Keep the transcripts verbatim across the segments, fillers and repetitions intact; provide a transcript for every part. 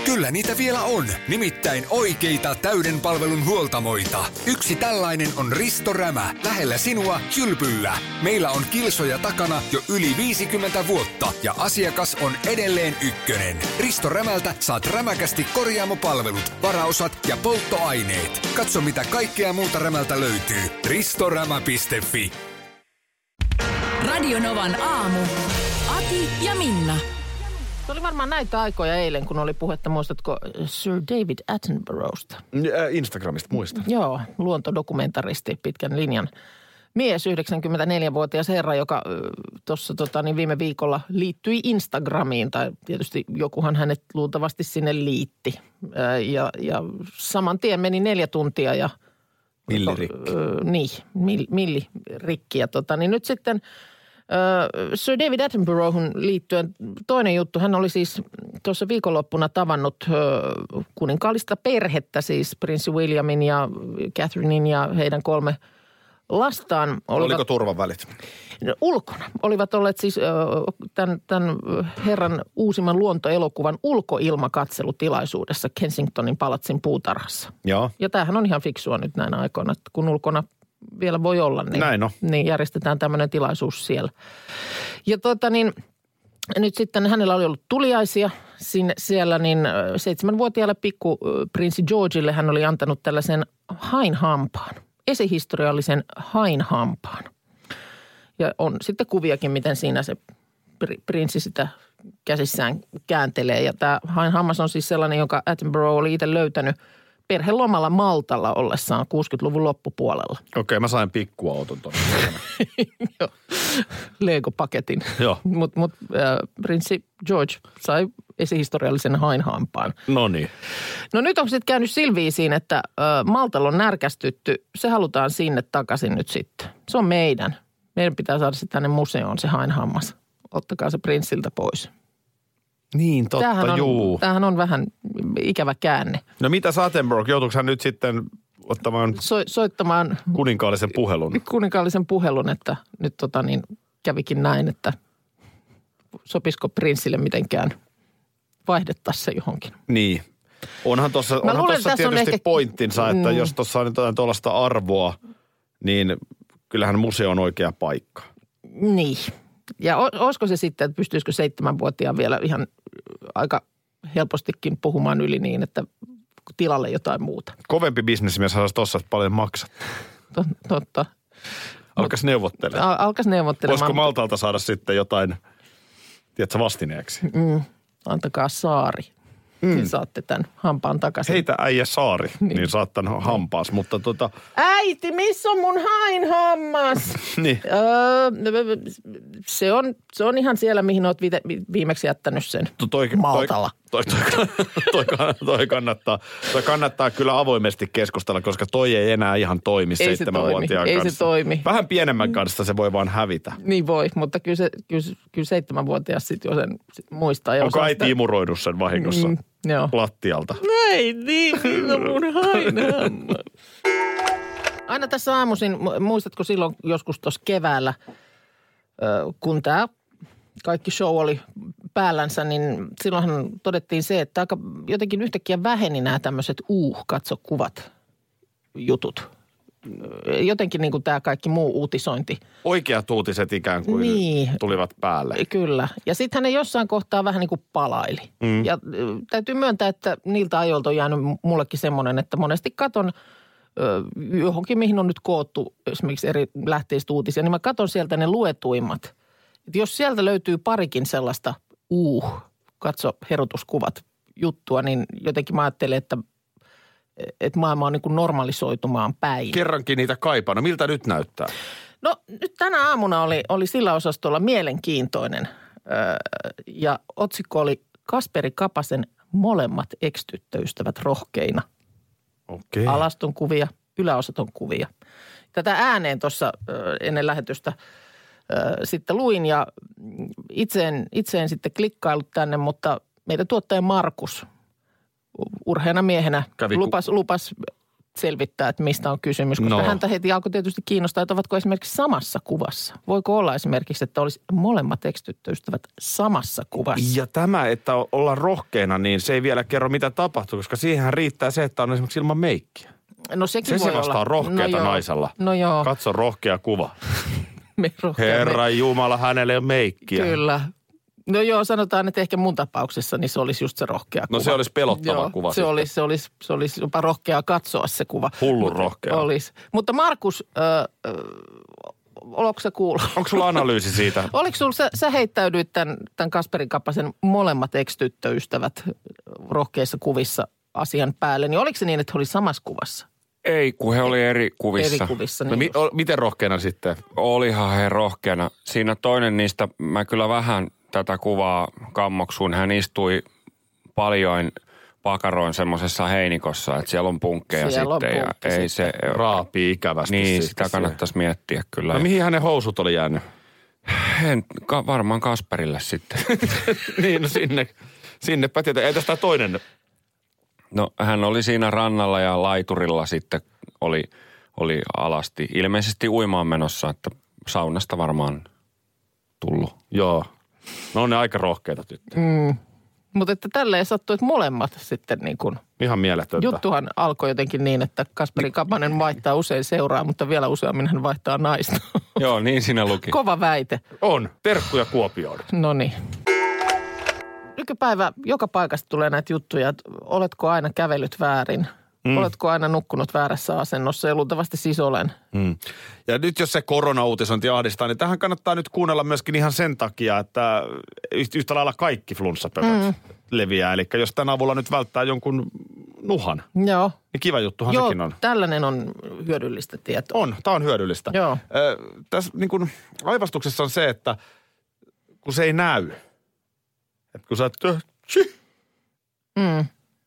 Kyllä niitä vielä on. Nimittäin oikeita täyden palvelun huoltamoita. Yksi tällainen on Risto Rämä. Lähellä sinua, Kylpyllä. Meillä on kilsoja takana jo yli viisikymmentä vuotta ja asiakas on edelleen ykkönen. Risto Rämältä saat rämäkästi korjaamopalvelut, varaosat ja polttoaineet. Katso mitä kaikkea muuta Rämältä löytyy. ristorämä piste fi. Radio Novan aamu. Ati ja Minna. Se oli varmaan näitä aikoja eilen, kun oli puhetta, muistatko Sir David Attenboroughsta? Instagramista muistan. Joo, luontodokumentaristi, pitkän linjan mies, yhdeksänkymmentäneljävuotias herra, joka tuossa tota, niin viime viikolla liittyi Instagramiin, tai tietysti jokuhan hänet luultavasti sinne liitti. Ja, ja saman tien meni neljä tuntia ja... Millirikki. Ö, niin, mill, millirikki. Ja tota, niin nyt sitten ö, Sir David Attenboroughun liittyen toinen juttu. Hän oli siis tuossa viikonloppuna tavannut ö, kuninkaallista perhettä, siis prinssi Williamin ja Catherinein ja heidän kolme lastaan. Olivat, Oliko turvavälit? Ulkona. Olivat olleet siis ö, tämän, tämän herran uusimman luontoelokuvan ulkoilmakatselutilaisuudessa Kensingtonin palatsin puutarhassa. Joo. Ja tämähän on ihan fiksua nyt näinä aikoina, että kun ulkona vielä voi olla, niin, Näin on. niin järjestetään tämmöinen tilaisuus siellä. Ja tota niin, nyt sitten hänellä oli ollut tuliaisia sinne, siellä, niin seitsemänvuotiaalle pikku prinssi Georgeille hän oli antanut tällaisen hainhampaan, esihistoriallisen hainhampaan. Ja on sitten kuviakin, miten siinä se prinssi sitä käsissään kääntelee. Ja tämä hainhammas on siis sellainen, jonka Attenborough oli itse löytänyt perhelomalla Maltalla ollessaan kuusikymmentäluvun loppupuolella. Okei, mä sain pikkuauton tuonne. Joo, Lego-paketin. Joo. Mutta mut, äh, prinssi George sai esihistoriallisen hainhampaan. No niin. No nyt on sitten käynyt silviisiin, että äh, Maltalla on närkästytty. Se halutaan sinne takaisin nyt sitten. Se on meidän. Meidän pitää saada se tänne museoon se hainhammas. Ottakaa se prinssiltä pois. Niin, totta, tämähän on, juu. Tämähän on vähän ikävä käänne. No mitä Attenborough, joutuiko hän nyt sitten ottamaan so, soittamaan kuninkaallisen puhelun? Kuninkaallisen puhelun, että nyt tota niin kävikin näin, että sopisiko prinssille mitenkään vaihdettaisiin se johonkin. Niin. Onhan tuossa onhan luulen, tossa tietysti ehkä pointtinsa, että mm. jos tuossa on jotain tuollaista arvoa, niin kyllähän museo on oikea paikka. Niin. Ja olisiko se sitten, että pystyisikö seitsemänvuotiaan vielä ihan aika helpostikin puhumaan yli niin, että tilalle jotain muuta. Kovempi bisnesmies saisi tuossa paljon maksat. Totta. Alkaisi neuvottelemaan. Al- alkaisi neuvottelemaan. Voisiko Maltalta saada sitten jotain, tiedätkö, vastineeksi? Mm, antakaa saari. Mm. Niin saatte tämän hampaan takaisin. Heitä äijä saari, niin, niin saat tämän hampaas, mutta tota... Äiti, missä on mun hainhammas? niin. Öö, se, on, se on ihan siellä, mihin oot viite, viimeksi jättänyt sen toi, Maltalla. Toi, toi, toi, toi, toi, kannattaa, toi kannattaa kyllä avoimesti keskustella, koska toi ei enää ihan toimi ei seitsemänvuotiaan se kanssa. Ei se toimi. Vähän pienemmän kanssa se voi vaan hävitä. Niin voi, mutta kyllä, se, kyllä, kyllä seitsemänvuotias sitten jo sen sit muistaa. Ja onko äiti sitä... imuroinut sen vahingossa mm, lattialta? Ei niin, minä mun hainhammas. Aina tässä aamuisin, muistatko silloin joskus tuossa keväällä, kun tämä kaikki show oli päällänsä, niin silloinhan todettiin se, että aika jotenkin yhtäkkiä väheni nämä tämmöiset uh, katso kuvat jutut. Jotenkin niin kuin tämä kaikki muu uutisointi. Oikeat uutiset ikään kuin niin, tulivat päälle. Kyllä. Ja sitten hän jossain kohtaa vähän niin kuin palaili. Mm. Ja täytyy myöntää, että niiltä ajoilta on jäänyt mullekin semmoinen, että monesti katon johonkin, mihin on nyt koottu esimerkiksi eri lähteistä uutisia, niin mä katon sieltä ne luetuimmat. Et jos sieltä löytyy parikin sellaista uh, katso herotuskuvat juttua, niin jotenkin mä ajattelen, että, että maailma on niin kuin normalisoitumaan päin. Kerrankin niitä kaipaa. No miltä nyt näyttää? No nyt tänä aamuna oli, oli sillä osastolla mielenkiintoinen öö, ja otsikko oli Kasperi Kapasen molemmat ex-tyttöystävät rohkeina. Okei. Alaston kuvia, yläosaton kuvia. Tätä ääneen tuossa ennen lähetystä ö, sitten luin ja itse en, itse en sitten klikkailut tänne, mutta meidän tuottaja Markus urheana miehenä Kävi lupas, ku... lupas selvittää, että mistä on kysymys. Koska No. häntä heti alkoi tietysti kiinnostaa, että ovatko esimerkiksi samassa kuvassa. Voiko olla esimerkiksi, että olisi molemmat ex-tyttöystävät samassa kuvassa? Ja tämä, että ollaan rohkeana, niin se ei vielä kerro, mitä tapahtuu, koska siihen riittää se, että on esimerkiksi ilman meikkiä. No sekin Se voi se vasta olla. on rohkeata no naisella. No joo. Katso rohkea kuva. Me rohkea Herra me... Jumala, hänelle on meikkiä. Kyllä. No joo, sanotaan, että ehkä mun tapauksessa niin se olisi just se rohkea kuva. No se olisi pelottava joo, kuva se sitten. olisi, se, olisi, se olisi jopa rohkeaa katsoa se kuva. Hullun rohkea. Olisi. Mutta Markus, äh, äh, oletko sä kuullut? Onko sulla analyysi siitä? Oliko sulla, sä, sä heittäydyit tämän, tämän Kasperin Kappasen molemmat ex-tyttöystävät rohkeissa kuvissa asian päälle, niin oliko se niin, että he oli samassa kuvassa? Ei, kun he oli eri kuvissa. Eri kuvissa, No, niin mi- o- miten rohkeana sitten? Olihan he rohkeana. Siinä toinen niistä, mä kyllä vähän tätä kuvaa kammoksuun. Hän istui paljoin pakaroin semmoisessa heinikossa, että siellä on punkkeja Siellä on sitten. punkki ja ei sitten. se, Raapii ikävästi. niin, sitten sitä siihen. kannattaisi miettiä kyllä. No mihin hänen housut oli jäänyt? En, ka, varmaan Kasperille sitten. niin, no sinne, sinnepä tietää. Ei tästä toinen. No hän oli siinä rannalla ja laiturilla sitten oli, oli alasti. Ilmeisesti uimaan menossa, että saunasta varmaan tullut. Joo. No on ne aika rohkeita tyttöjä. Mm. Mutta että tälleen sattui, että molemmat sitten niin kuin, Ihan mieletöntä. juttuhan alkoi jotenkin niin, että Kasperi Kapanen vaihtaa usein seuraa, mutta vielä useammin hän vaihtaa naista. Joo, niin siinä luki. Kova väite. On. Terkkuja Kuopioon. No niin. Nykypäivä joka paikasta tulee näitä juttuja, että oletko aina kävellyt väärin? Mm. Oletko aina nukkunut väärässä asennossa ja luultavasti siis olen. Mm. Ja nyt jos se koronauutisointi ahdistaa, niin tähän kannattaa nyt kuunnella myöskin ihan sen takia, että yhtä lailla kaikki flunssapöpöt mm. leviää. Eli jos tämän avulla nyt välttää jonkun nuhan, Joo. niin kiva juttuhan Joo, sekin on. tällainen on hyödyllistä tietoa. On, tämä on hyödyllistä. Joo. Ö, tässä niin kuin aivastuksessa on se, että kun se ei näy, että kun sä et, tsi, Mm.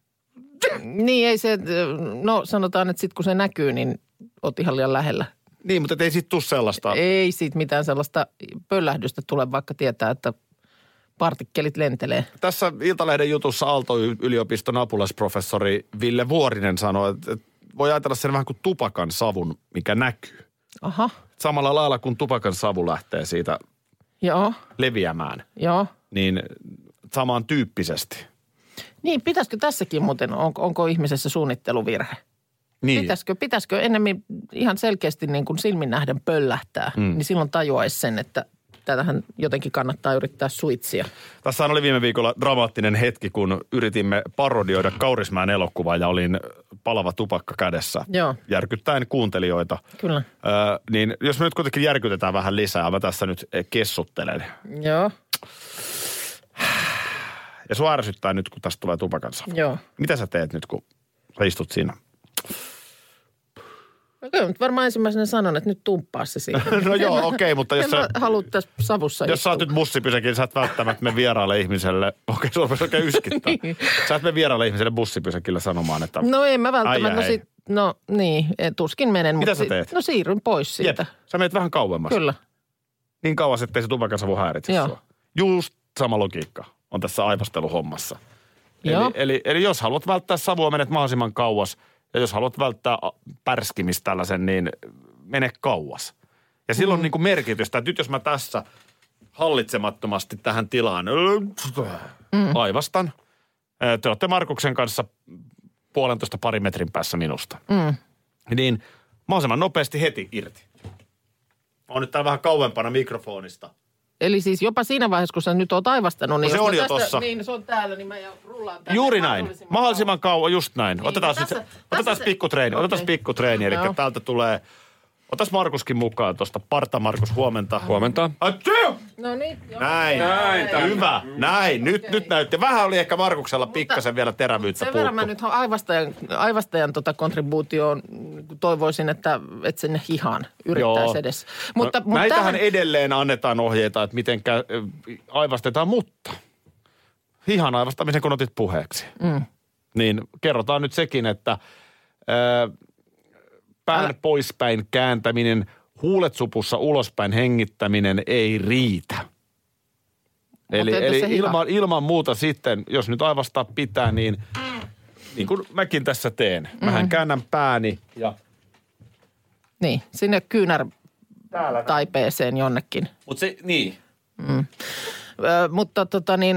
Niin ei se, no sanotaan, että sitten kun se näkyy, niin oot ihan liian lähellä. niin, mutta ei siitä tule sellaista. Ei siitä mitään sellaista pöllähdystä tule, vaikka tietää, että partikkelit lentelee. Tässä Iltalehden jutussa Aalto-yliopiston apulaisprofessori Ville Vuorinen sanoi, että voi ajatella sen vähän kuin tupakan savun, mikä näkyy. Aha, Samalla lailla kun tupakan savu lähtee siitä joo, leviämään, joo. niin samantyyppisesti. Niin, pitäisikö tässäkin muuten, on, onko ihmisessä suunnitteluvirhe? Niin. Pitäisikö, pitäisikö ennemmin ihan selkeästi niin kuin silmin nähden pöllähtää, mm. niin silloin tajuaisi sen, että tätähän jotenkin kannattaa yrittää suitsia. Tässä oli viime viikolla dramaattinen hetki, kun yritimme parodioida Kaurismäen elokuvaa ja olin palava tupakka kädessä. Joo. Järkyttäen kuuntelijoita. Kyllä. Öö, niin jos me nyt kuitenkin järkytetään vähän lisää, mä tässä nyt kessuttelen. Joo, Ja sua ärsyttää nyt, kun tästä tulee tupakansa. joo. Mitä sä teet nyt, kun sä istut siinä? No kyllä, nyt varmaan ensimmäisenä sanon, että nyt tumppaa se siihen. No joo, okei, okay, mutta jos en sä, mä halua tässä savussa jos sä oot nyt bussipysäkillä, sä et välttämättä me vieraalle ihmiselle, okei, okay, sulla olisi oikein yskittää. Niin. Sä et me vieraalle ihmiselle bussipysäkillä sanomaan, että No en mä välttämättä, Ai, no, ai. sit, no niin, en- tuskin menen. Mitä mutta sä si- teet? No siirryn pois jep, siitä. sä menet vähän kauemmas. Kyllä. Niin kauas, ettei se tupakansavu häiritse Joo. sua. Just sama logiikka on tässä aivasteluhommassa. Joo. Eli, eli, eli jos haluat välttää savua, menet mahdollisimman kauas. Ja jos haluat välttää a- pärskimistä tällaisen, niin mene kauas. Ja silloin mm. niin kuin merkitystä, että nyt jos mä tässä hallitsemattomasti tähän tilaan mm. aivastan. Te olette Markuksen kanssa puolentoista pari metrin päässä minusta. Mm. Niin mahdollisimman nopeasti heti irti. Mä oon nyt täällä vähän kauempana mikrofonista. Eli siis jopa siinä vaiheessa, kun sä nyt oot aivastanut, niin No se jos on mä jo tästä, tossa. niin se on täällä, niin mä ja rullaan tänne. Juuri näin. Mahdollisimman kauan, just näin. Niin, Otetaan, tässä- nyt, se- tässä otetaan se- pikkutreeni, okei. otetaan pikkutreeni. Eli Joo. täältä tulee, otas Markuskin mukaan tuosta. Parta Markus, huomenta. Huomenta. Atsiu! No niin. Joo. Näin. Näin, Hyvä. Näin. Nyt, nyt näytti. Vähän oli ehkä Markuksella pikkasen vielä terävyyttä Sen verran mä puuttu. nyt aivastajan, aivastajan tota kontribuutioon toivoisin, että, että sinne hihaan yrittäisi Joo. edes. Mutta, no, mutta näitähän tähän, edelleen annetaan ohjeita, että miten aivastetaan, mutta hihan aivastamisen kun otit puheeksi. Mm. Niin kerrotaan nyt sekin, että ää, pään Älä- poispäin kääntäminen, huulet supussa ulospäin hengittäminen ei riitä. Eli, entäs eli se hiha? ilman, ilman muuta sitten, jos nyt aivastaa pitää, niin niin kuin mäkin tässä teen. Mähän mm-hmm. käännän pääni ja... Niin, sinne kyynär taipeeseen jonnekin. Mutta se, niin. Mm. Ö, mutta tota niin,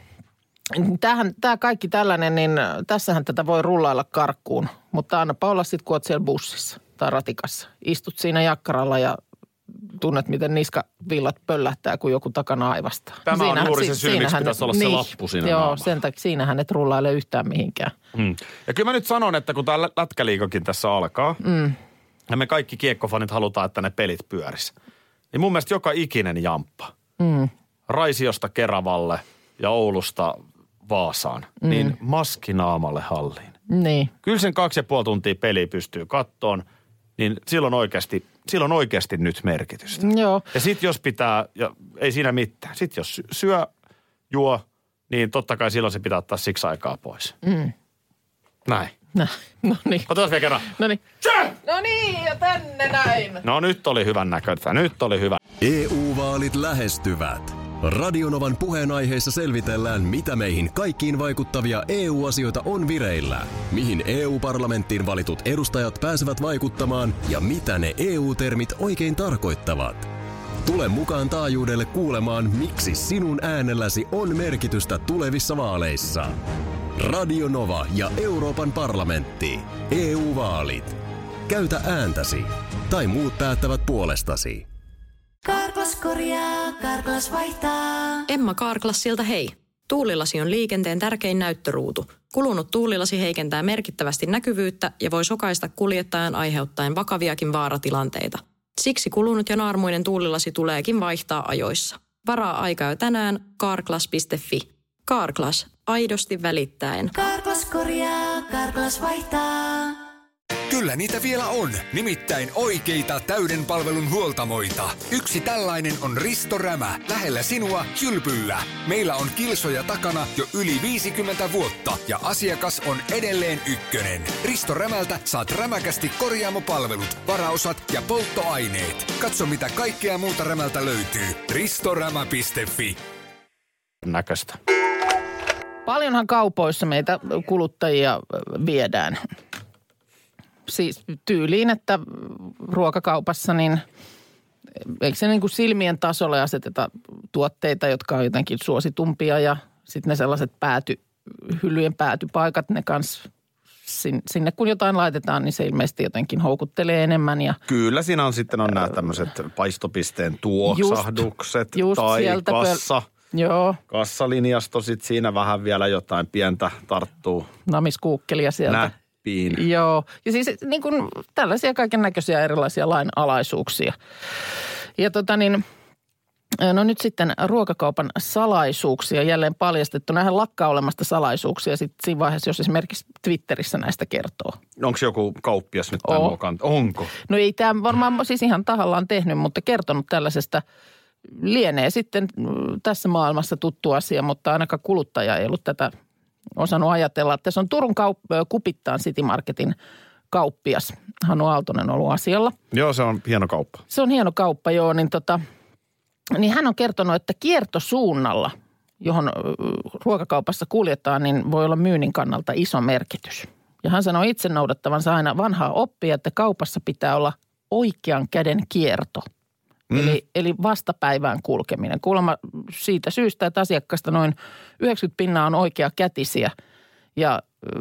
tämähän, tämä kaikki tällainen, niin tässähän tätä voi rullailla karkkuun. Mutta annapa olla sitten, kun oot siellä bussissa tai ratikassa. Istut siinä jakkaralla ja tunnet, miten niskavillat pöllähtää, kun joku takana aivastaa. Tämä siinähän, on juuri se syy, miksi pitäisi olla niin, se lappu siinä joo, naamalla. sen takia siinähän et rullaile yhtään mihinkään. Hmm. Ja kyllä mä nyt sanon, että kun tämä lätkäliikokin tässä alkaa, mm. ja me kaikki kiekkofanit halutaan, että ne pelit pyöris. Niin mun mielestä joka ikinen jamppa, mm. Raisiosta Keravalle ja Oulusta Vaasaan, mm. niin maskinaamalle halliin. Niin. Kyllä sen kaksi ja puoli tuntia peliä pystyy kattoon, niin silloin oikeasti, silloin oikeasti nyt merkitystä. Joo. Ja sit jos pitää, ja ei siinä mitään, sit jos syö, juo, niin totta kai silloin se pitää ottaa siksi aikaa pois. Mm. Näin. No, no niin. Otetaan vielä kerran. No niin. No niin, ja tänne näin. No nyt oli hyvän näköistä, nyt oli hyvä. E U-vaalit lähestyvät. Radionovan puheenaiheessa selvitellään, mitä meihin kaikkiin vaikuttavia E U-asioita on vireillä, mihin E U-parlamenttiin valitut edustajat pääsevät vaikuttamaan ja mitä ne E U-termit oikein tarkoittavat. Tule mukaan taajuudelle kuulemaan, miksi sinun äänelläsi on merkitystä tulevissa vaaleissa. Radio Nova ja Euroopan parlamentti. E U-vaalit. Käytä ääntäsi. Tai muut päättävät puolestasi. Karklas korjaa, Karklas vaihtaa. Emma Karklassilta hei. Tuulilasi on liikenteen tärkein näyttöruutu. Kulunut tuulilasi heikentää merkittävästi näkyvyyttä ja voi sokaista kuljettajan aiheuttaen vakaviakin vaaratilanteita. Siksi kulunut ja naarmuinen tuulilasi tuleekin vaihtaa ajoissa. Varaa aikaa jo tänään karklas piste fi. Karklas, aidosti välittäen. Karklas korjaa, Karklas vaihtaa. Kyllä niitä vielä on, nimittäin oikeita täyden palvelun huoltamoita. Yksi tällainen on Risto Rämä, lähellä sinua, Kylpyllä. Meillä on kilsoja takana jo yli viisikymmentä vuotta ja asiakas on edelleen ykkönen. Risto Rämältä saat rämäkästi korjaamopalvelut, varaosat ja polttoaineet. Katso mitä kaikkea muuta Rämältä löytyy. ristorämä piste fi. Näköistä. Paljonhan kaupoissa meitä kuluttajia viedään. Siis tyyliin, että ruokakaupassa niin eikö se niin kuin silmien tasolle aseteta tuotteita, jotka on jotenkin suositumpia ja sitten ne sellaiset pääty, hyllyjen päätypaikat, ne kans sinne kun jotain laitetaan, niin se ilmeisesti jotenkin houkuttelee enemmän. Ja kyllä siinä on sitten on nämä tämmöiset paistopisteen tuoksahdukset just, just tai kassa. Pöl- Joo. Kassalinjasto sitten siinä vähän vielä jotain pientä tarttuu. Namiskuukkelia sieltä. Nä. Piin. Joo, ja siis niin kuin tällaisia kaiken näköisiä erilaisia lainalaisuuksia. Ja tota niin, no nyt sitten ruokakaupan salaisuuksia jälleen paljastettu. Nämähän lakkaa olemasta salaisuuksia sitten siinä vaiheessa, jos esimerkiksi Twitterissä näistä kertoo. Onko joku kauppias nyt tämän mukaan? Onko? No ei tämä varmaan siis ihan tahallaan tehnyt, mutta kertonut tällaisesta lienee sitten tässä maailmassa tuttu asia, mutta ainakaan kuluttaja ei ollut tätä osannut ajatella. Tässä on Turun kaup- Kupittaan City Marketin kauppias. Hannu Aaltonen on ollut asialla. Joo, se on hieno kauppa. Se on hieno kauppa, joo. Niin, tota, niin hän on kertonut, että kiertosuunnalla, johon ruokakaupassa kuljetaan, niin voi olla myynnin kannalta iso merkitys. Ja hän sanoi itse noudattavansa aina vanhaa oppia, että kaupassa pitää olla oikean käden kierto. Mm. Eli, eli vastapäivään kulkeminen. Kuulemma siitä syystä, että asiakkaista noin yhdeksänkymmentä pinnaa on oikea kätisiä. Ja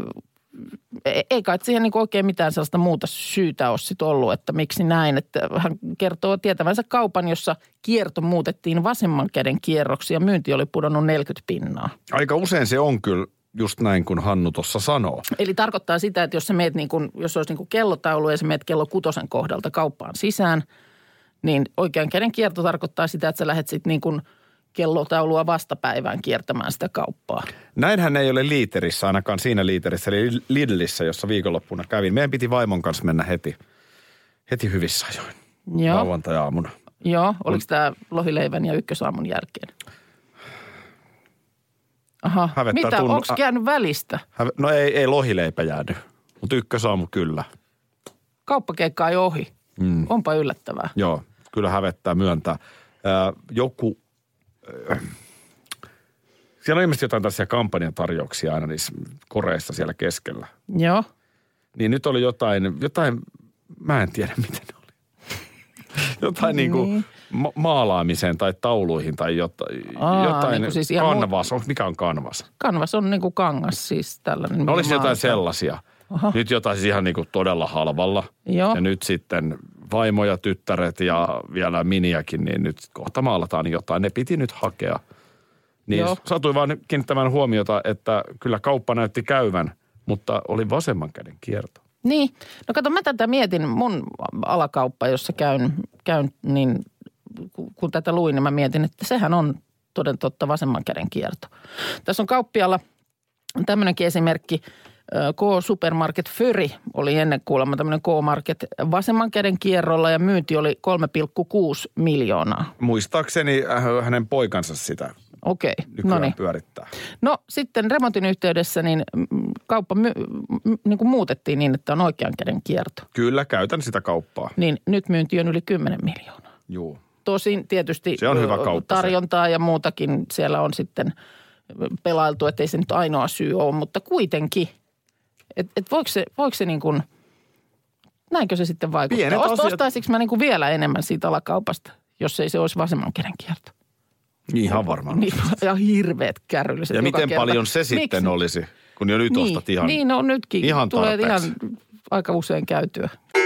ei kai siihen niin oikein mitään sellaista muuta syytä ole sit ollut, että miksi näin. Että hän kertoo tietävänsä kaupan, jossa kierto muutettiin vasemman käden kierroksi ja myynti oli pudonnut neljäkymmentä pinnaa. Aika usein se on kyllä just näin kuin Hannu tuossa sanoo. Eli tarkoittaa sitä, että jos sä meet niin kuin, jos olisi niin kuin kellotaulu ja sä meet kello kutosen kohdalta kauppaan sisään, niin oikean käden kierto tarkoittaa sitä, että sä lähdet sitten niin kuin kellotaulua vastapäivään kiertämään sitä kauppaa. Näinhän ei ole Liiterissä, ainakaan siinä Liiterissä, eli Lidlissä, jossa viikonloppuna kävin. Meidän piti vaimon kanssa mennä heti, heti hyvissä ajoin. Joo. Lauantai-aamuna. Joo, oliko tämä lohileivän ja ykkösaamun jälkeen? Aha, hävettää mitä, tunnu... onko käynyt välistä? Häve... No ei, ei lohileipä jäänyt, mutta ykkösaamu kyllä. Kauppakeikka ei ohi. Mm. Onpa yllättävää. Joo, kyllä hävettää myöntää. Äh, joku, äh, Siellä on ilmeisesti jotain tässä kampanjatarjouksia aina niissä koreissa siellä keskellä. Joo. Niin nyt oli jotain, jotain, mä en tiedä miten ne oli. Jotain niin kuin ma- maalaamiseen tai tauluihin tai jotain. Aa, jotain niin siis kanvas. Onko mikä on kanvas? Kanvas on niin kuin kangas siis tällainen. No olisi jotain sellaisia. Aha. Nyt jotain siis ihan niin kuin todella halvalla. Joo. Ja nyt sitten vaimo ja tyttäret ja vielä miniäkin, niin nyt kohta maalataan jotain. Ne piti nyt hakea. Niin Joo. Satuin vaan kiinnittämään huomiota, että kyllä kauppa näytti käyvän, mutta oli vasemman käden kierto. Niin. No kato, mä tätä mietin. Mun alakauppa, jossa käyn, käyn niin kun tätä luin, niin mä mietin, että sehän on toden totta vasemman käden kierto. Tässä on kauppialla tämmöinenkin esimerkki. K-Supermarket Föri oli ennen kuulemma tämmöinen K-Market vasemman käden kierrolla ja myynti oli kolme pilkku kuusi miljoonaa. Muistaakseni hänen poikansa sitä Okei, nykyään no niin. pyörittää. No sitten remontin yhteydessä niin kauppa my, m, niin kuin muutettiin niin, että on oikean käden kierto. Kyllä, käytän sitä kauppaa. Niin nyt myynti on yli kymmenen miljoonaa. Joo. Tosin tietysti se on hyvä kauppa, tarjontaa se. Ja muutakin siellä on sitten pelailtu, että ei se nyt ainoa syy ole, mutta kuitenkin. Että et voiko se, voiko se niin kuin, näinkö se sitten vaikuttaa? Ost, asiat... Ostaisinko mä niin kuin vielä enemmän siitä alakaupasta, jos ei se olisi vasemman käden kierto? Ihan varmaan. Niin, ja hirveät kärrylliset. Ja miten kerta. paljon se sitten Miks? olisi, kun jo nyt niin, ostat ihan Niin, no nytkin. Ihan tulee ihan aika usein käytyä.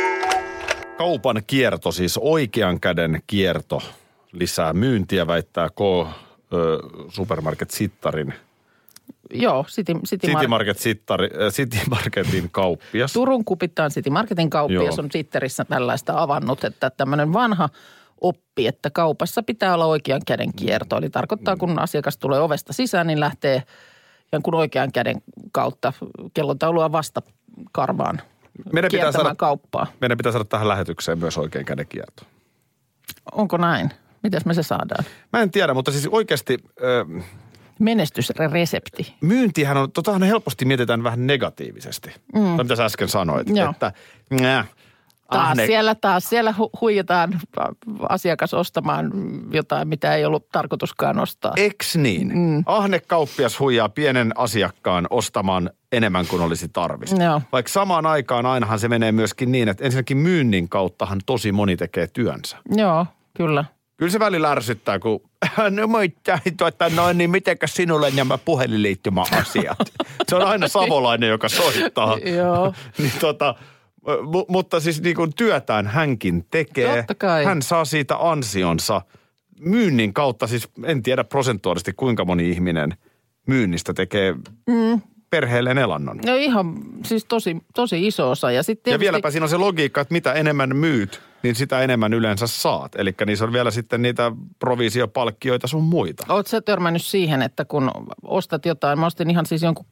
Kaupan kierto, siis oikean käden kierto, lisää myyntiä, väittää K-Supermarket Sittarin. Joo, City, City, City, Market, Sittari, äh, City Marketin kauppias. Turun Kupittaan City Marketin kauppias Joo. on Twitterissä tällaista avannut, että tämmöinen vanha oppi, että kaupassa pitää olla oikean käden kierto. Eli tarkoittaa, kun asiakas tulee ovesta sisään, niin lähtee jonkun oikean käden kautta kellotaulua vasta karvaan meidän pitää saada, kauppaa. Meidän pitää saada tähän lähetykseen myös oikean käden kierto. Onko näin? Mitäs me se saadaan? Mä en tiedä, mutta siis oikeasti... Äh, menestysresepti. Myyntihän on, totahan helposti mietitään vähän negatiivisesti. Mm. Tai mitä sä äsken sanoit, Joo. että nää, taas ahne... siellä, taas siellä hu- huijataan asiakas ostamaan jotain, mitä ei ollut tarkoituskaan ostaa. Eks niin? Mm. Ahne kauppias huijaa pienen asiakkaan ostamaan enemmän kuin olisi tarvis. Joo. Vaikka samaan aikaan ainahan se menee myöskin niin, että ensinnäkin myynnin kauttahan tosi moni tekee työnsä. Joo, kyllä. Kyllä se välillä ärsyttää, kun no moittaa, tuota, noin, niin mitenkäs sinulle nämä puhelinliittymäasiat? Se on aina savolainen, joka soittaa. Joo. niin tota, m- mutta siis niin kuin työtään hänkin tekee. Totta kai. Hän saa siitä ansionsa myynnin kautta. Siis en tiedä prosentuaalisesti, kuinka moni ihminen myynnistä tekee mm. perheelleen elannon. No ihan siis tosi, tosi iso osa. Ja, sit tietysti... ja vieläpä siinä on se logiikka, että mitä enemmän myyt, niin sitä enemmän yleensä saat. Eli niissä on vielä sitten niitä provisiopalkkioita sun muita. Oletko sä törmännyt siihen, että kun ostat jotain, mä ostin ihan siis jonkun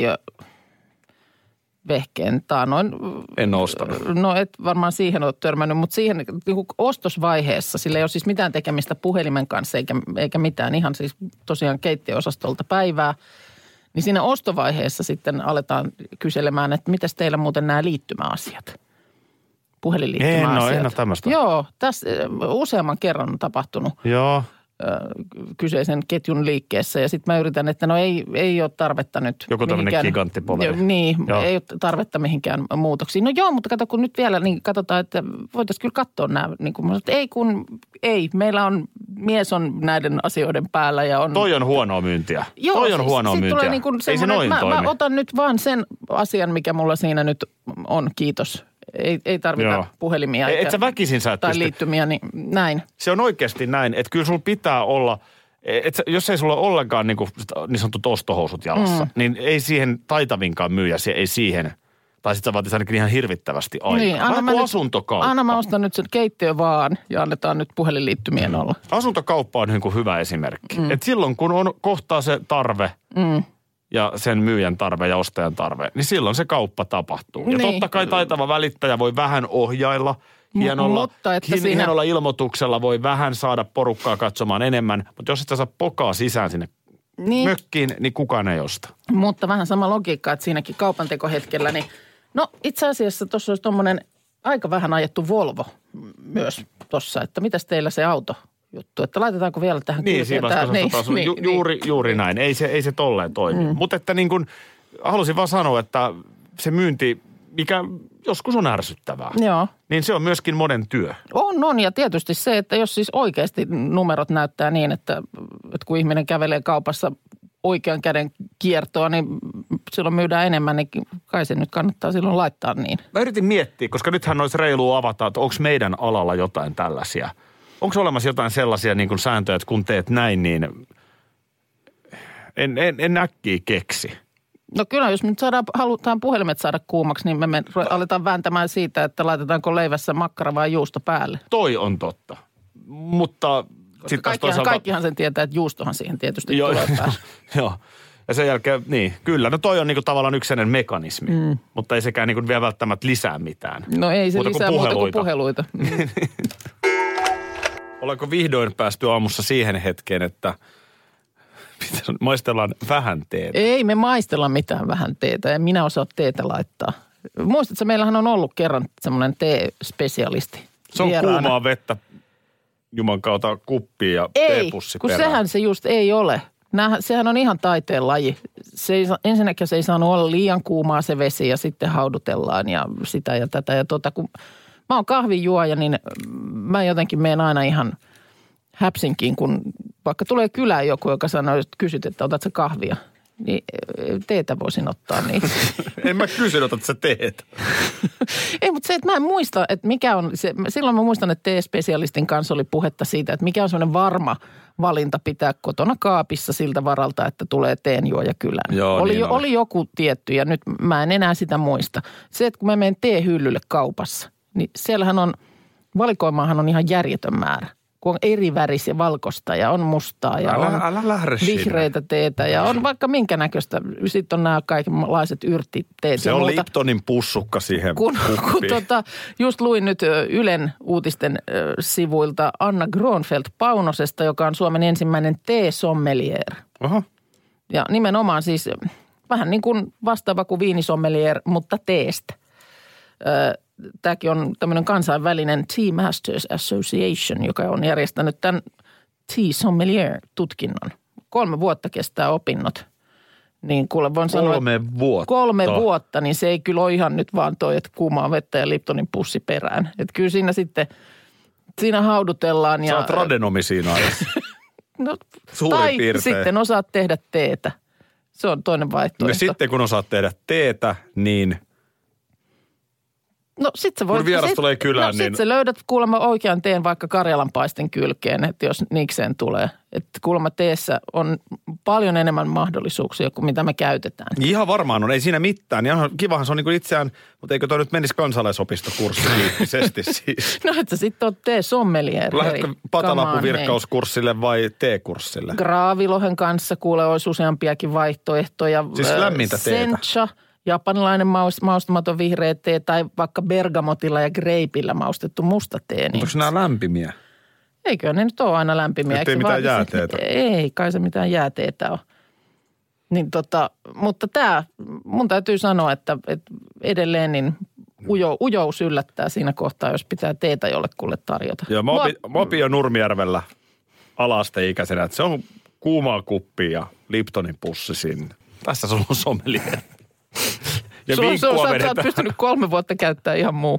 keittiövehkeen taanoin. En ostanut. No et varmaan siihen ole törmännyt, mutta siihen niin kuin ostosvaiheessa, sillä ei ole siis mitään tekemistä puhelimen kanssa eikä, eikä mitään, ihan siis tosiaan keittiöosastolta päivää. Niin siinä ostovaiheessa sitten aletaan kyselemään, että mitäs teillä muuten nämä liittymäasiat? Puhelinliittymäasiat. En ole, en ole tämmöistä. Joo, tässä useamman kerran on tapahtunut. Joo. Kyseisen ketjun liikkeessä ja sitten mä yritän, että no ei, ei ole tarvetta nyt. Joku tämmöinen giganttipoveri. Niin, joo. Ei ole tarvetta mihinkään muutoksiin. No joo, mutta kato kun nyt vielä, niin katsotaan, että voitaisiin kyllä katsoa nämä. Niin kun mä sanoin, että ei kun, ei. Meillä on, mies on näiden asioiden päällä ja on. Toi on huonoa myyntiä. Joo, Toi on siis, huonoa myyntiä. Tulee niin kuin ei se noin mä, toimi. Mä otan nyt vaan sen asian, mikä mulla siinä nyt on, kiitos. Ei, ei tarvita Joo. puhelimia. Et sä väkisin sä et Tai pysty. liittymiä, niin näin. Se on oikeasti näin, että kyllä sulla pitää olla, että jos ei sulla ole ollenkaan niin, kuin, niin sanotut ostohousut jalassa, mm. niin ei siihen taitavinkaan myyjä, se ei siihen, tai sitten sä vaatit ainakin ihan hirvittävästi aikaa. Niin, anna Vähän mä kuin nyt, asuntokauppa. Anna mä ostan nyt sen keittiö vaan ja annetaan nyt puhelinliittymien olla. Asuntokauppa on niin kuin hyvä esimerkki. Mm. Et silloin kun on kohtaa se tarve, mm. ja sen myyjän tarve ja ostajan tarve, niin silloin se kauppa tapahtuu. Ja niin. totta kai taitava välittäjä voi vähän ohjailla. Hienolla, mutta että hin, siinä... hienolla ilmoituksella voi vähän saada porukkaa katsomaan enemmän, mutta jos et sä saa pokaa sisään sinne niin. mökkiin, niin kukaan ei osta. Mutta vähän sama logiikka, että siinäkin kaupantekohetkellä, niin no itse asiassa tuossa olisi tuommoinen aika vähän ajettu Volvo myös tuossa, että mitäs teillä se auto, juttu, että laitetaanko vielä tähän Niin, siinä vaiheessa niin, taas niin, ju, juuri, juuri näin. Ei se, ei se tolleen toimi. Mm. Mutta että niin kuin, halusin vaan sanoa, että se myynti, mikä joskus on ärsyttävää, Joo. niin se on myöskin monen työ. On, on. Ja tietysti se, että jos siis oikeasti numerot näyttää niin, että, että kun ihminen kävelee kaupassa oikean käden kiertoa, niin silloin myydään enemmän, niin kai se nyt kannattaa silloin laittaa niin. Mä yritin miettiä, koska nythän olisi reilua avata, että onko meidän alalla jotain tällaisia. Onko olemassa jotain sellaisia niin kuin sääntöjä, että kun teet näin, niin en, en, en äkkiä keksi. No kyllä, jos nyt saadaan, halutaan puhelimet saada kuumaksi, niin me, me aletaan vääntämään siitä, että laitetaanko leivässä makkara vai juusto päälle. Toi on totta, mutta sitten kaikkihan, toisaalta... kaikkihan sen tietää, että juustohan siihen tietysti joo, tulee päälle. Joo, ja sen jälkeen, niin, kyllä. No toi on niinku tavallaan yksinen mekanismi, mm. mutta ei sekään niinku vielä välttämättä lisää mitään. No ei se muuta lisää kuin muuta kuin puheluita. Ollaanko vihdoin päästy aamussa siihen hetkeen, että maistellaan vähän teetä? Ei me maistella mitään vähän teetä ja minä osaan teetä laittaa. Muistatko, meillähän on ollut kerran semmoinen tee-spesialisti. Se on vieraana. Kuumaa vettä Juman kautta kuppiin ja ei, teepussi kun perään. sehän se just ei ole. Nämähän, sehän on ihan taiteen laji. Se ei, ensinnäkin se ei saanut olla liian kuumaa se vesi ja sitten haudutellaan ja sitä ja tätä ja tota. Kun mä oon kahvinjuoja, niin mä jotenkin menen aina ihan häpsinkin, kun vaikka tulee kylään joku, joka sanoo, että kysyt, että otat sä kahvia. Niin teetä voisin ottaa niin. En mä kysy, otat sä teetä. Ei, mutta se, että mä en muista, että mikä on se, silloin mä muistan, että tee-spesialistin kanssa oli puhetta siitä, että mikä on semmoinen varma valinta pitää kotona kaapissa siltä varalta, että tulee teenjuoja kylään. Joo, oli, niin jo, oli joku tietty ja nyt mä en enää sitä muista. Se, että kun mä menen teehyllylle kaupassa, niin siellähän on, valikoimaahan on ihan järjetön määrä. Kun on eri värisiä valkoista ja on mustaa ja älä, on älä vihreitä teetä ja on vaikka minkä näköistä. Sitten on nämä kaikenlaiset yrttiteet. Se ja on muuta. Liptonin pussukka siihen kun, kun tota, just luin nyt Ylen uutisten sivuilta Anna Gronfeldt-Paunosesta, joka on Suomen ensimmäinen tee-sommelier. Aha. Ja nimenomaan siis vähän niin kuin vastaava kuin viinisommelier, mutta teestä. Tämäkin on tämmöinen kansainvälinen Tea Masters Association, joka on järjestänyt tämän Tea Sommelier-tutkinnon. Kolme vuotta kestää opinnot. Niin kuule voin sanoa, kolme vuotta. Kolme vuotta, niin se ei kyllä ole ihan nyt vaan toi, että kuumaa vettä ja Liptonin pussi perään. Että kyllä siinä sitten, siinä haudutellaan. Ja, sä oot radenomi siinä ajassa. No, suurin tai piirtein. sitten osaat tehdä teetä. Se on toinen vaihtoehto. Ja sitten kun osaat tehdä teetä, niin... No sit sä voit... Kun vieras sit, tulee kylään, no, niin... sit sä löydät kuulemma oikean teen vaikka karjalanpaistin kylkeen, että jos niikseen tulee. Että kuulemma teessä on paljon enemmän mahdollisuuksia kuin mitä me käytetään. Ihan varmaan on, ei siinä mitään. Ihan kivahan se on niin kuin itseään, mutta eikö toi nyt menisi kansalaisopistokurssityyppisesti siis? No et sä sitten oot tee-sommelier. Lähdetkö patalapuvirkkauskurssille vai teekurssille? Graavilohen kanssa kuule olisi useampiakin vaihtoehtoja. Siis lämmintä teetä. Sencha. Japanilainen maust, maustamaton vihreä tee tai vaikka bergamotilla ja greipillä maustettu musta tee. Niin onko nämä lämpimiä? Eikö ne nyt ole aina lämpimiä? Ettei mitään jääteetä. Ei, kai se mitään jääteetä ole. Niin tota, mutta tämä, mun täytyy sanoa, että, että edelleen niin ujo, ujous yllättää siinä kohtaa, jos pitää teetä jollekulle tarjota. Joo, mä opin, mä opin jo Nurmijärvellä ala-asteikäisenä, että se on kuumaa kuppia ja Liptonin pussi sinne. Tässä sulla on sommelier. Ja Sulla, vinkkua sulla, vedetään. sä oot pystynyt kolme vuotta käyttämään ihan muu.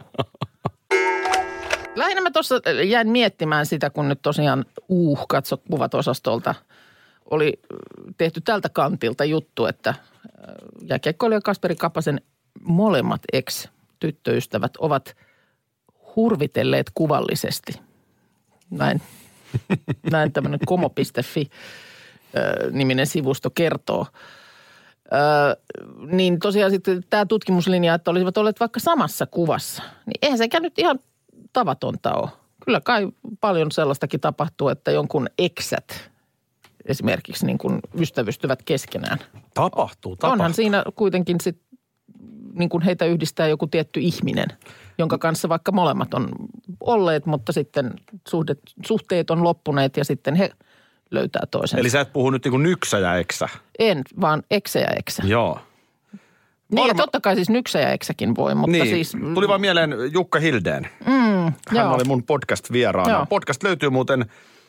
Lähinnä mä tuossa jäin miettimään sitä, kun nyt tosiaan uh, katso kuvat osastolta oli tehty tältä kantilta juttu, että jääkiekkoilija Kasperi Kapasen molemmat ex-tyttöystävät ovat hurvitelleet kuvallisesti. Näin, näin tämmöinen komo piste fi-niminen sivusto kertoo. Öö, niin tosiaan sitten tämä tutkimuslinja, että olisivat olleet vaikka samassa kuvassa, niin eihän sekään nyt ihan tavatonta ole. Kyllä kai paljon sellaistakin tapahtuu, että jonkun eksät esimerkiksi niin kuin ystävystyvät keskenään. Tapahtuu, tapahtuu. Onhan siinä kuitenkin sit, niin kuin heitä yhdistää joku tietty ihminen, jonka kanssa vaikka molemmat on olleet, mutta sitten suhdet, suhteet on loppuneet ja sitten he löytää toisen. Eli sä et puhu nyt niin kuin nyksä ja eksä? En, vaan eksä ja eksä. Joo. Niin Varma... ja totta kai siis nyksä ja eksäkin voi, mutta niin. siis... Tuli vaan mieleen Jukka Hildeen. Mm, Hän joo. oli mun podcast-vieraana. Joo. Podcast löytyy muuten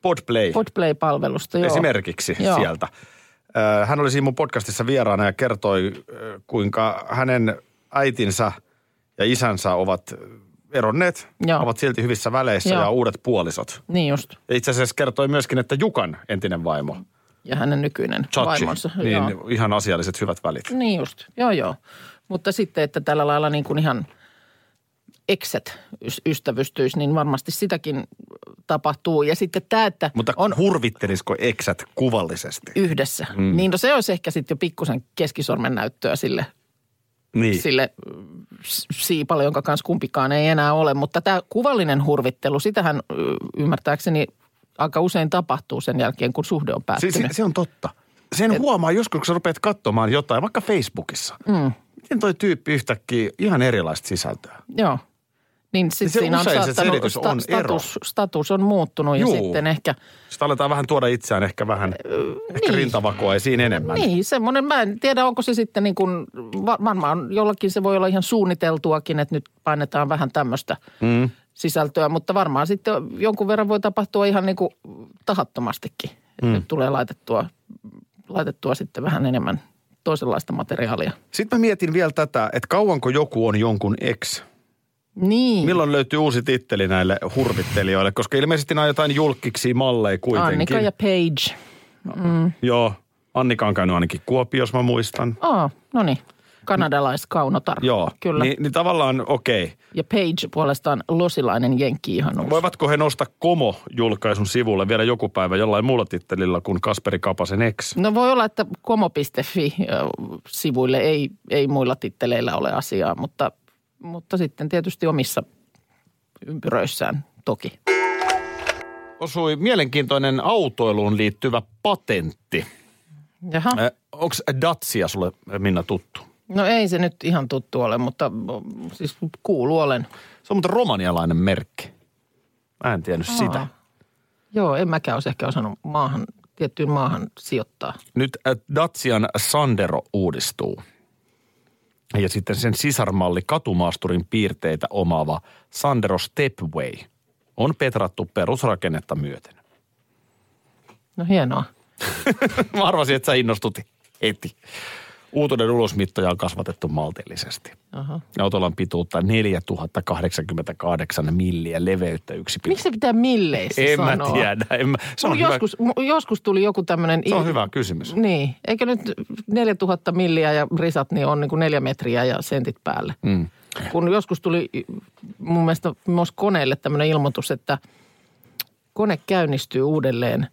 Podplay. Podplay-palvelusta, joo. Esimerkiksi joo. sieltä. Hän oli siinä mun podcastissa vieraana ja kertoi, kuinka hänen äitinsä ja isänsä ovat eronneet, Joo. ovat silti hyvissä väleissä Joo. ja uudet puolisot. Niin just. Ja itse asiassa kertoi myöskin, että Jukan entinen vaimo. Ja hänen nykyinen Chachi, vaimonsa. Niin joo. ihan asialliset hyvät välit. Niin just, joo joo. Mutta sitten, että tällä lailla niin kuin ihan ekset ystävystyisi, niin varmasti sitäkin tapahtuu. Ja sitten tämä, että Mutta on hurvittelisiko eksät kuvallisesti? Yhdessä. Mm. Niin no se olisi ehkä sitten jo pikkusen keskisormen näyttöä sille, niin. sille siipalle, jonka kanssa kumpikaan ei enää ole. Mutta tämä kuvallinen hurvittelu, sitähän ymmärtääkseni aika usein tapahtuu sen jälkeen, kun suhde on päättynyt. Se, se, se on totta. Sen Et, huomaa joskus, kun sä rupeat katsomaan jotain, vaikka Facebookissa. Mm. Miten toi tyyppi yhtäkkiä ihan erilaista sisältöä? Joo. Niin sitten siinä on saattanut, sta, on status, status on muuttunut Juu. ja sitten ehkä Sitten aletaan vähän tuoda itseään ehkä vähän, äh, ehkä niin. rintavakoa esiin enemmän. Niin, semmoinen, mä en tiedä, onko se sitten niin kuin, varmaan jollakin se voi olla ihan suunniteltuakin, että nyt painetaan vähän tämmöistä mm. sisältöä, mutta varmaan sitten jonkun verran voi tapahtua ihan niin kuin tahattomastikin, että mm. nyt tulee laitettua, laitettua sitten vähän enemmän toisenlaista materiaalia. Sitten mä mietin vielä tätä, että kauanko joku on jonkun ex. Niin. Milloin löytyy uusi titteli näille hurvittelijoille? Koska ilmeisesti nämä on jotain julkkiksi malleja kuitenkin. Annika ja Paige. Mm. Joo, Annika on käynyt ainakin Kuopiossa, mä muistan. Aa, no niin. Kanadalaiskaunotar. Joo, kyllä. Ni, niin tavallaan okei. Okay. Ja Paige puolestaan losilainen jenkki-ihanuus. Voivatko he nostaa Komo-julkaisun sivulle vielä joku päivä jollain muulla tittelillä kuin Kasperi Kapasen ex? No voi olla, että komo piste fi-sivuille ei, ei muilla titteleillä ole asiaa, mutta, mutta sitten tietysti omissa ympyröissään toki. Osui mielenkiintoinen autoiluun liittyvä patentti. Jaha. Äh, onko Dacia sulle, Minna, tuttu? No ei se nyt ihan tuttu ole, mutta siis kuuluu olen. Se on muuten romanialainen merkki. Mä en tiennyt Aa. sitä. Joo, en mäkään olisi ehkä osannut maahan, tiettyyn maahan sijoittaa. Nyt Dacian Sandero uudistuu. Ja sitten sen sisarmalli katumaasturin piirteitä omaava Sandero Stepway on petrattu perusrakennetta myöten. No hienoa. Mä arvasin, että sä innostut heti. Uutuuden ulosmittoja on kasvatettu maltillisesti. Aha. Autolla on pituutta neljätuhatta kahdeksankymmentäkahdeksan milliä, leveyttä yksi. Miksi se pitää milleissä en sanoa? En mä tiedä. En mä, se on joskus, hyvä. joskus tuli joku tämmöinen... Se on hyvä kysymys. Niin. Eikö nyt neljätuhatta milliä ja risat niin on niin kuin neljä metriä ja sentit päälle. Mm. Kun joskus tuli mun mielestä myös koneelle tämmöinen ilmoitus, että kone käynnistyy uudelleen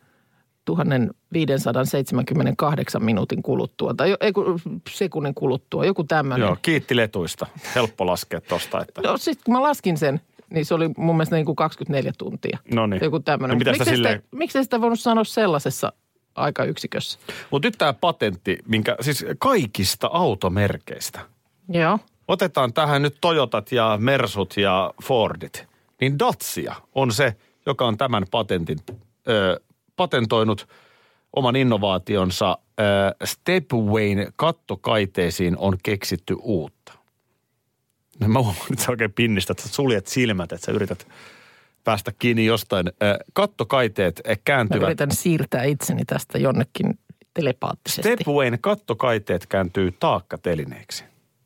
tuhatviisisataaseitsemänkymmentäkahdeksan minuutin kuluttua, tai ei sekunnin kuluttua, joku tämmöinen. Joo, kiitti letuista. Helppo laskea tosta. Että... No sitten kun mä laskin sen, niin se oli mun mielestä niin kuin kaksikymmentäneljä tuntia. No niin. Joku tämmöinen. No miksi, silleen... sitä, miksi sitä voinut sanoa sellaisessa aikayksikössä? Mutta nyt tämä patentti, minkä siis kaikista automerkeistä. Joo. Otetaan tähän nyt Toyotat ja Mersut ja Fordit. Niin Dacia on se, joka on tämän patentin ö, patentoinut oman innovaationsa. Stepwayn kattokaiteisiin on keksitty uutta. No mä huomaan, että sä oikein pinnistät, että sä suljet silmät, että sä yrität päästä kiinni jostain. Kattokaiteet kääntyvät... Mä yritän siirtää itseni tästä jonnekin telepaattisesti. Stepwayn kattokaiteet kääntyy taakkatelineiksi.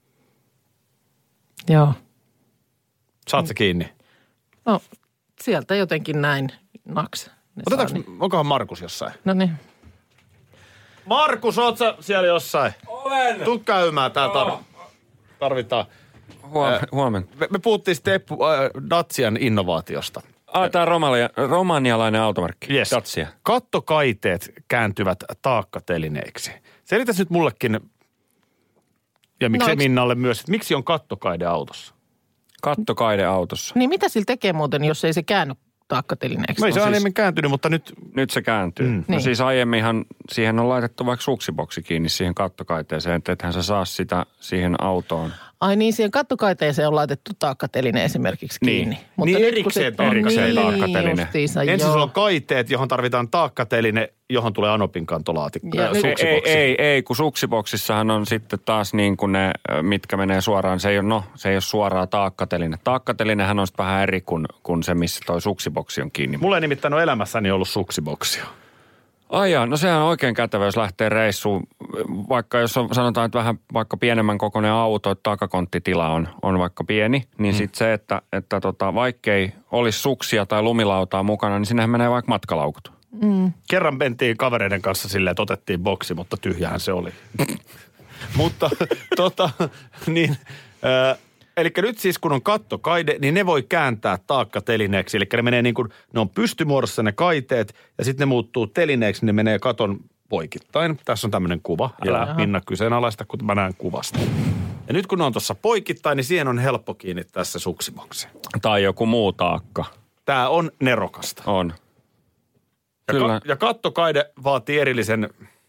Joo. Saat sä kiinni? No, sieltä jotenkin näin naks. Otetaanko, niin. Onkohan Markus jossain? No niin. Markus, oot sä siellä jossain? Olen. Tuu käymään, tää tar- tarvitaan. Huomen, äh, huomen. Me, me puhuttiin Step äh, Dacian innovaatiosta. Ah, tää on romalia, romanialainen automerkki. Yes. Dacia. Kattokaiteet kääntyvät taakkatelineiksi. Selitäs nyt mullekin, ja miksi no, eikö... Minnalle myös, että miksi on kattokaide autossa? Kattokaide autossa. Niin mitä sillä tekee muuten, jos ei se käänny taakkatelineeksi? No ei se no aiemmin siis, kääntynyt, mutta nyt... Nyt se kääntyy. Mm. No niin. Siis aiemminhan siihen on laitettu vaikka suksiboksi kiinni siihen kattokaiteeseen, että ethän sä saa sitä siihen autoon Ai niin, siihen kattokaiteeseen on laitettu taakkateline esimerkiksi kiinni. Niin, mutta niin erikseen, on erikseen taakkateline. Ensin sulla on kaiteet, johon tarvitaan taakkateline, johon tulee Anopin kantolaatikko ja suksiboksi. Ei, ei, ei, kun suksiboksissahan on sitten taas niin kuin ne, mitkä menee suoraan. Se ei ole, no, se ei ole suoraan taakkateline. Taakkatelinehän on sitten vähän eri kuin, kuin se, missä toi suksiboksi on kiinni. Mulla ei nimittäin ole elämässäni ollut suksiboksia. Ai jaa, no sehän on oikein kätevä, jos lähtee reissuun. Vaikka jos on, sanotaan, että vähän vaikka pienemmän kokoinen auto, että takakonttitila on, on vaikka pieni, niin mm. sitten se, että, että tota, vaikkei olisi suksia tai lumilautaa mukana, niin sinnehän menee vaikka matkalaukut. Mm. Kerran mentiin kavereiden kanssa silleen, että otettiin boksi, mutta tyhjähän se oli. mutta tota, niin... Äh, Eli nyt siis kun on kattokaide, niin ne voi kääntää taakkatelineeksi. Eli ne menee niin kuin, ne on pystymuodossa ne kaiteet ja sitten ne muuttuu telineeksi, ne menee katon poikittain. Tässä on tämmöinen kuva. Älä Minna kyseenalaista, kun mä näen kuvasta. Ja nyt kun ne on tuossa poikittain, niin siihen on helppo kiinnittää se suksiboksi. Tai joku muu taakka. Tää on nerokasta. On. Ja, Kyllä. Ka- ja kattokaide vaatii erillisen...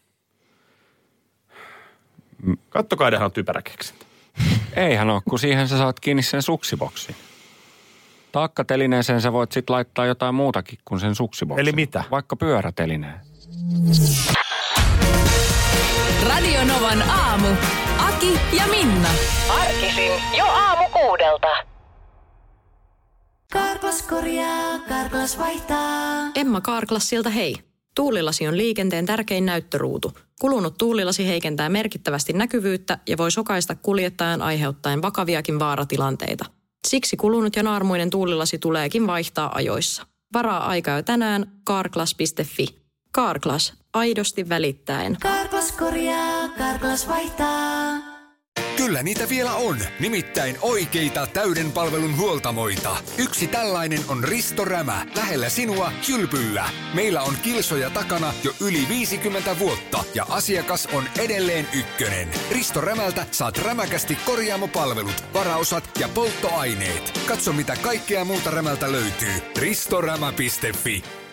Kattokaidehan on typerä keksintä. Eihän ole, kun siihen sä saat kiinni sen suksiboksiin. Taakkatelineeseen sä voit sit laittaa jotain muutakin kuin sen suksiboksin. Eli mitä? Vaikka pyörätelineen. Radio Novan aamu. Aki ja Minna. Arkisin jo aamu kuudelta. Karklas korjaa, Karklas vaihtaa. Emma Karklassilta hei. Tuulilasi on liikenteen tärkein näyttöruutu. Kulunut tuulilasi heikentää merkittävästi näkyvyyttä ja voi sokaista kuljettajan aiheuttaen vakaviakin vaaratilanteita. Siksi kulunut ja naarmuinen tuulilasi tuleekin vaihtaa ajoissa. Varaa aikaa jo tänään carglass piste fi. Carglass, aidosti välittäen. Karklas korjaa, Karklas vaihtaa. Kyllä niitä vielä on, nimittäin oikeita täyden palvelun huoltamoita. Yksi tällainen on Risto Rämä, lähellä sinua, Kylpyllä. Meillä on kilsoja takana jo yli viisikymmentä vuotta ja asiakas on edelleen ykkönen. Risto Rämältä saat rämäkästi korjaamopalvelut, varaosat ja polttoaineet. Katso mitä kaikkea muuta Rämältä löytyy. ristorämä piste fi.